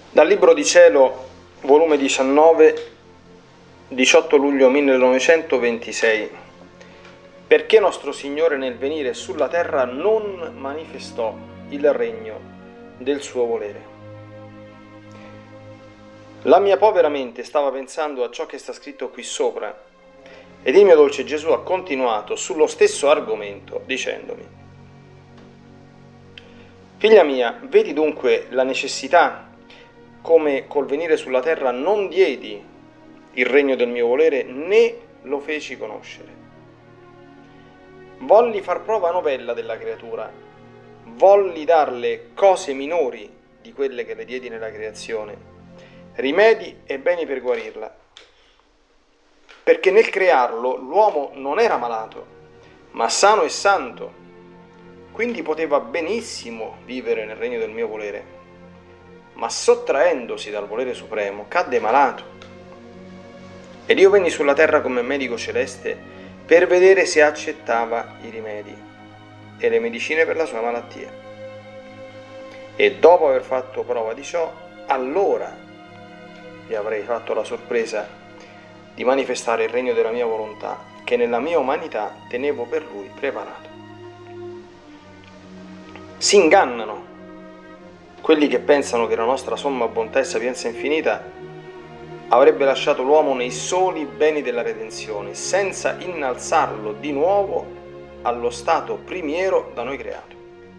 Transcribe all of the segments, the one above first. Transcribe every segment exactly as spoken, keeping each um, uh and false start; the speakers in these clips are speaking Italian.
Dal Libro di Cielo, volume diciannove, diciotto luglio millenovecentoventisei. Perché nostro Signore nel venire sulla terra non manifestò il regno del suo volere. La mia povera mente stava pensando a ciò che sta scritto qui sopra, ed il mio dolce Gesù ha continuato sullo stesso argomento dicendomi: figlia mia, vedi dunque la necessità come col venire sulla terra non diedi il regno del mio volere né lo feci conoscere. Volli far prova novella della creatura, volli darle cose minori di quelle che le diedi nella creazione, rimedi e beni per guarirla, perché nel crearlo l'uomo non era malato, ma sano e santo, quindi poteva benissimo vivere nel regno del mio volere. Ma sottraendosi dal volere supremo, cadde malato. Ed io venni sulla terra come medico celeste per vedere se accettava i rimedi e le medicine per la sua malattia. E dopo aver fatto prova di ciò, allora gli avrei fatto la sorpresa di manifestare il regno della mia volontà, che nella mia umanità tenevo per lui preparato. Si ingannano quelli che pensano che la nostra somma bontà e sapienza infinita avrebbe lasciato l'uomo nei soli beni della redenzione, senza innalzarlo di nuovo allo stato primiero da noi creato.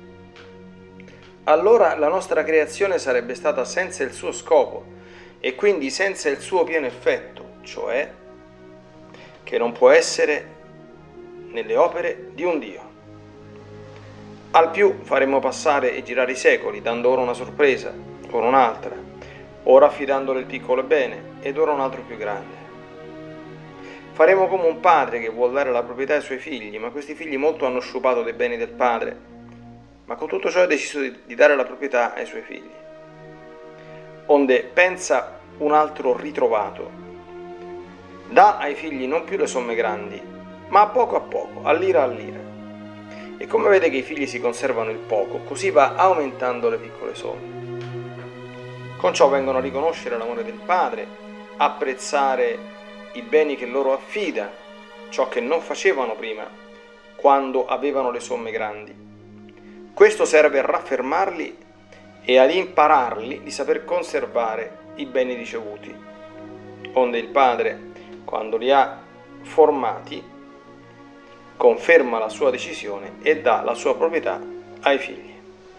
Allora la nostra creazione sarebbe stata senza il suo scopo e quindi senza il suo pieno effetto, cioè che non può essere nelle opere di un Dio. Al più faremo passare e girare i secoli, dando ora una sorpresa, ora un'altra, ora affidandole il piccolo bene ed ora un altro più grande. Faremo come un padre che vuol dare la proprietà ai suoi figli, ma questi figli molto hanno sciupato dei beni del padre, ma con tutto ciò ha deciso di, di dare la proprietà ai suoi figli. Onde pensa un altro ritrovato, dà ai figli non più le somme grandi, ma a poco a poco, a lira a lira. E come vede che i figli si conservano il poco, così va aumentando le piccole somme. Con ciò vengono a riconoscere l'amore del padre, apprezzare i beni che loro affida, ciò che non facevano prima, quando avevano le somme grandi. Questo serve a raffermarli e ad impararli di saper conservare i beni ricevuti, onde il padre, quando li ha formati, conferma la sua decisione e dà la sua proprietà ai figli.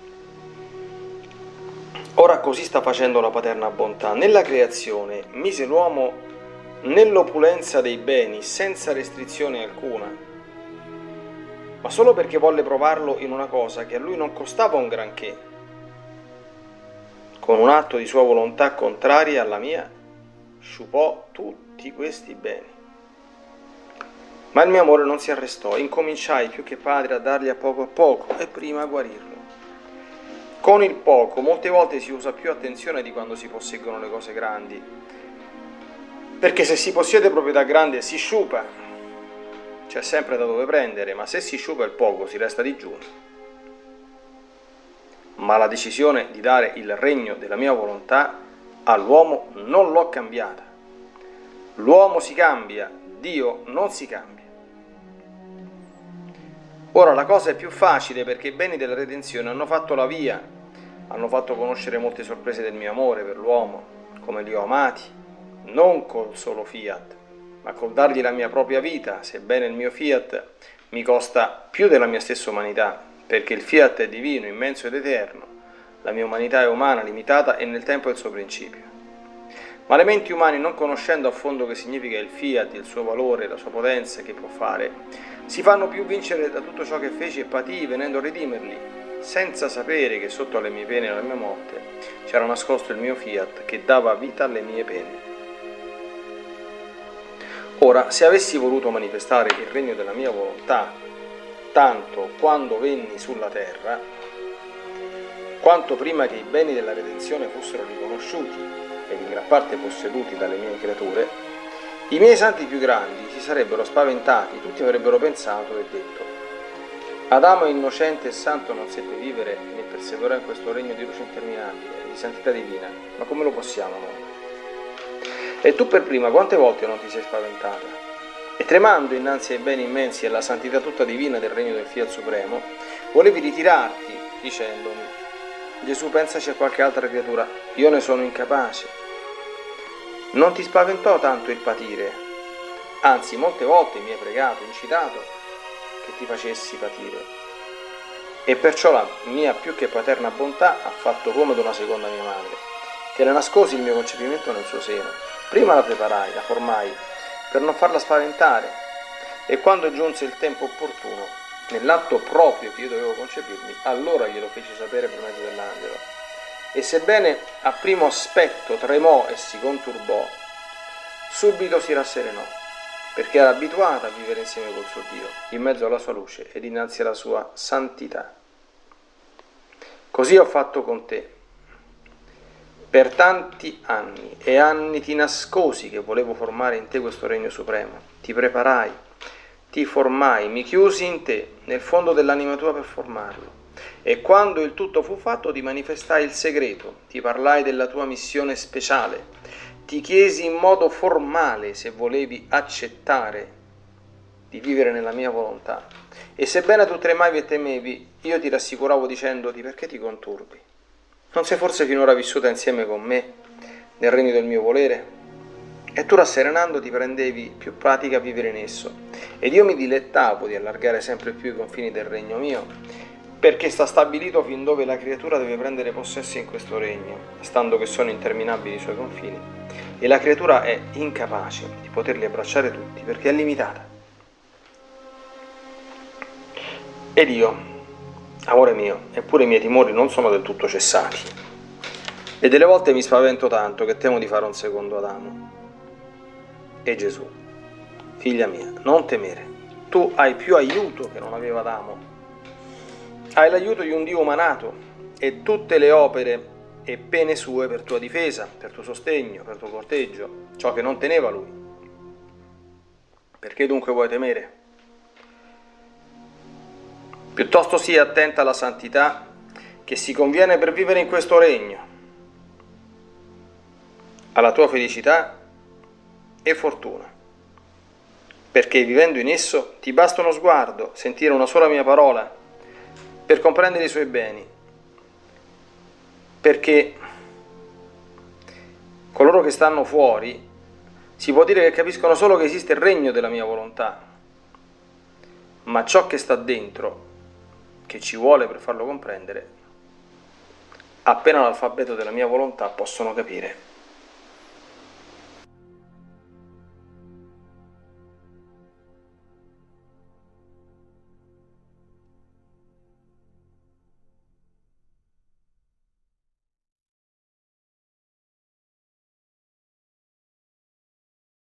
Ora così sta facendo la paterna bontà. Nella creazione mise l'uomo nell'opulenza dei beni senza restrizione alcuna, ma solo perché volle provarlo in una cosa che a lui non costava un granché. Con un atto di sua volontà contraria alla mia, sciupò tutti questi beni. Ma il mio amore non si arrestò, incominciai più che padre a dargli a poco a poco e prima a guarirlo. Con il poco molte volte si usa più attenzione di quando si posseggono le cose grandi, perché se si possiede proprietà grande e si sciupa, c'è sempre da dove prendere, ma se si sciupa il poco si resta digiuno. Ma la decisione di dare il regno della mia volontà all'uomo non l'ho cambiata. L'uomo si cambia, Dio non si cambia. Ora la cosa è più facile perché i beni della redenzione hanno fatto la via, hanno fatto conoscere molte sorprese del mio amore per l'uomo, come li ho amati, non col solo fiat, ma col dargli la mia propria vita, sebbene il mio fiat mi costa più della mia stessa umanità, perché il fiat è divino, immenso ed eterno, la mia umanità è umana, limitata e nel tempo è il suo principio. Ma le menti umane, non conoscendo a fondo che significa il fiat, il suo valore, la sua potenza, che può fare, si fanno più vincere da tutto ciò che feci e patì, venendo a redimerli, senza sapere che sotto alle mie pene e alla mia morte c'era nascosto il mio fiat che dava vita alle mie pene. Ora, se avessi voluto manifestare il regno della mia volontà, tanto quando venni sulla terra, quanto prima che i beni della redenzione fossero riconosciuti ed in gran parte posseduti dalle mie creature, i miei santi più grandi si sarebbero spaventati, tutti avrebbero pensato e detto: Adamo innocente e santo non seppe vivere né perseverò in questo regno di luce interminabile, di santità divina, ma come lo possiamo noi? E tu per prima quante volte non ti sei spaventata? E tremando innanzi ai beni immensi e alla santità tutta divina del regno del Fiat Supremo, volevi ritirarti dicendomi: Gesù, pensaci a qualche altra creatura, io ne sono incapace. Non ti spaventò tanto il patire, anzi molte volte mi hai pregato, incitato che ti facessi patire, e perciò la mia più che paterna bontà ha fatto come ad una seconda mia madre, che le nascosi il mio concepimento nel suo seno. Prima la preparai, la formai, per non farla spaventare, e quando giunse il tempo opportuno, nell'atto proprio che io dovevo concepirmi, allora glielo feci sapere per mezzo dell'angelo. E sebbene a primo aspetto tremò e si conturbò, subito si rasserenò, perché era abituata a vivere insieme col suo Dio, in mezzo alla sua luce ed innanzi alla sua santità. Così ho fatto con te. Per tanti anni e anni ti nascosi che volevo formare in te questo regno supremo. Ti preparai, ti formai, mi chiusi in te, nel fondo dell'anima tua per formarlo. E quando il tutto fu fatto ti manifestai il segreto, ti parlai della tua missione speciale, ti chiesi in modo formale se volevi accettare di vivere nella mia volontà. E sebbene tu tremavi e temevi, io ti rassicuravo dicendoti: perché ti conturbi? Non sei forse finora vissuta insieme con me nel regno del mio volere? E tu rasserenandoti prendevi più pratica a vivere in esso. Ed io mi dilettavo di allargare sempre più i confini del regno mio, perché sta stabilito fin dove la creatura deve prendere possesso in questo regno, stando che sono interminabili i suoi confini. E la creatura è incapace di poterli abbracciare tutti perché è limitata. Ed io, amore mio, eppure i miei timori non sono del tutto cessati. E delle volte mi spavento tanto che temo di fare un secondo Adamo. E Gesù, figlia mia, non temere. Tu hai più aiuto che non aveva Adamo. Hai l'aiuto di un Dio umanato e tutte le opere e pene sue per tua difesa, per tuo sostegno, per tuo corteggio, ciò che non teneva lui. Perché dunque vuoi temere? Piuttosto sii attenta alla santità che si conviene per vivere in questo regno, alla tua felicità e fortuna, perché vivendo in esso ti basta uno sguardo, sentire una sola mia parola per comprendere i suoi beni, perché coloro che stanno fuori si può dire che capiscono solo che esiste il regno della mia volontà, ma ciò che sta dentro, che ci vuole per farlo comprendere, appena l'alfabeto della mia volontà possono capire.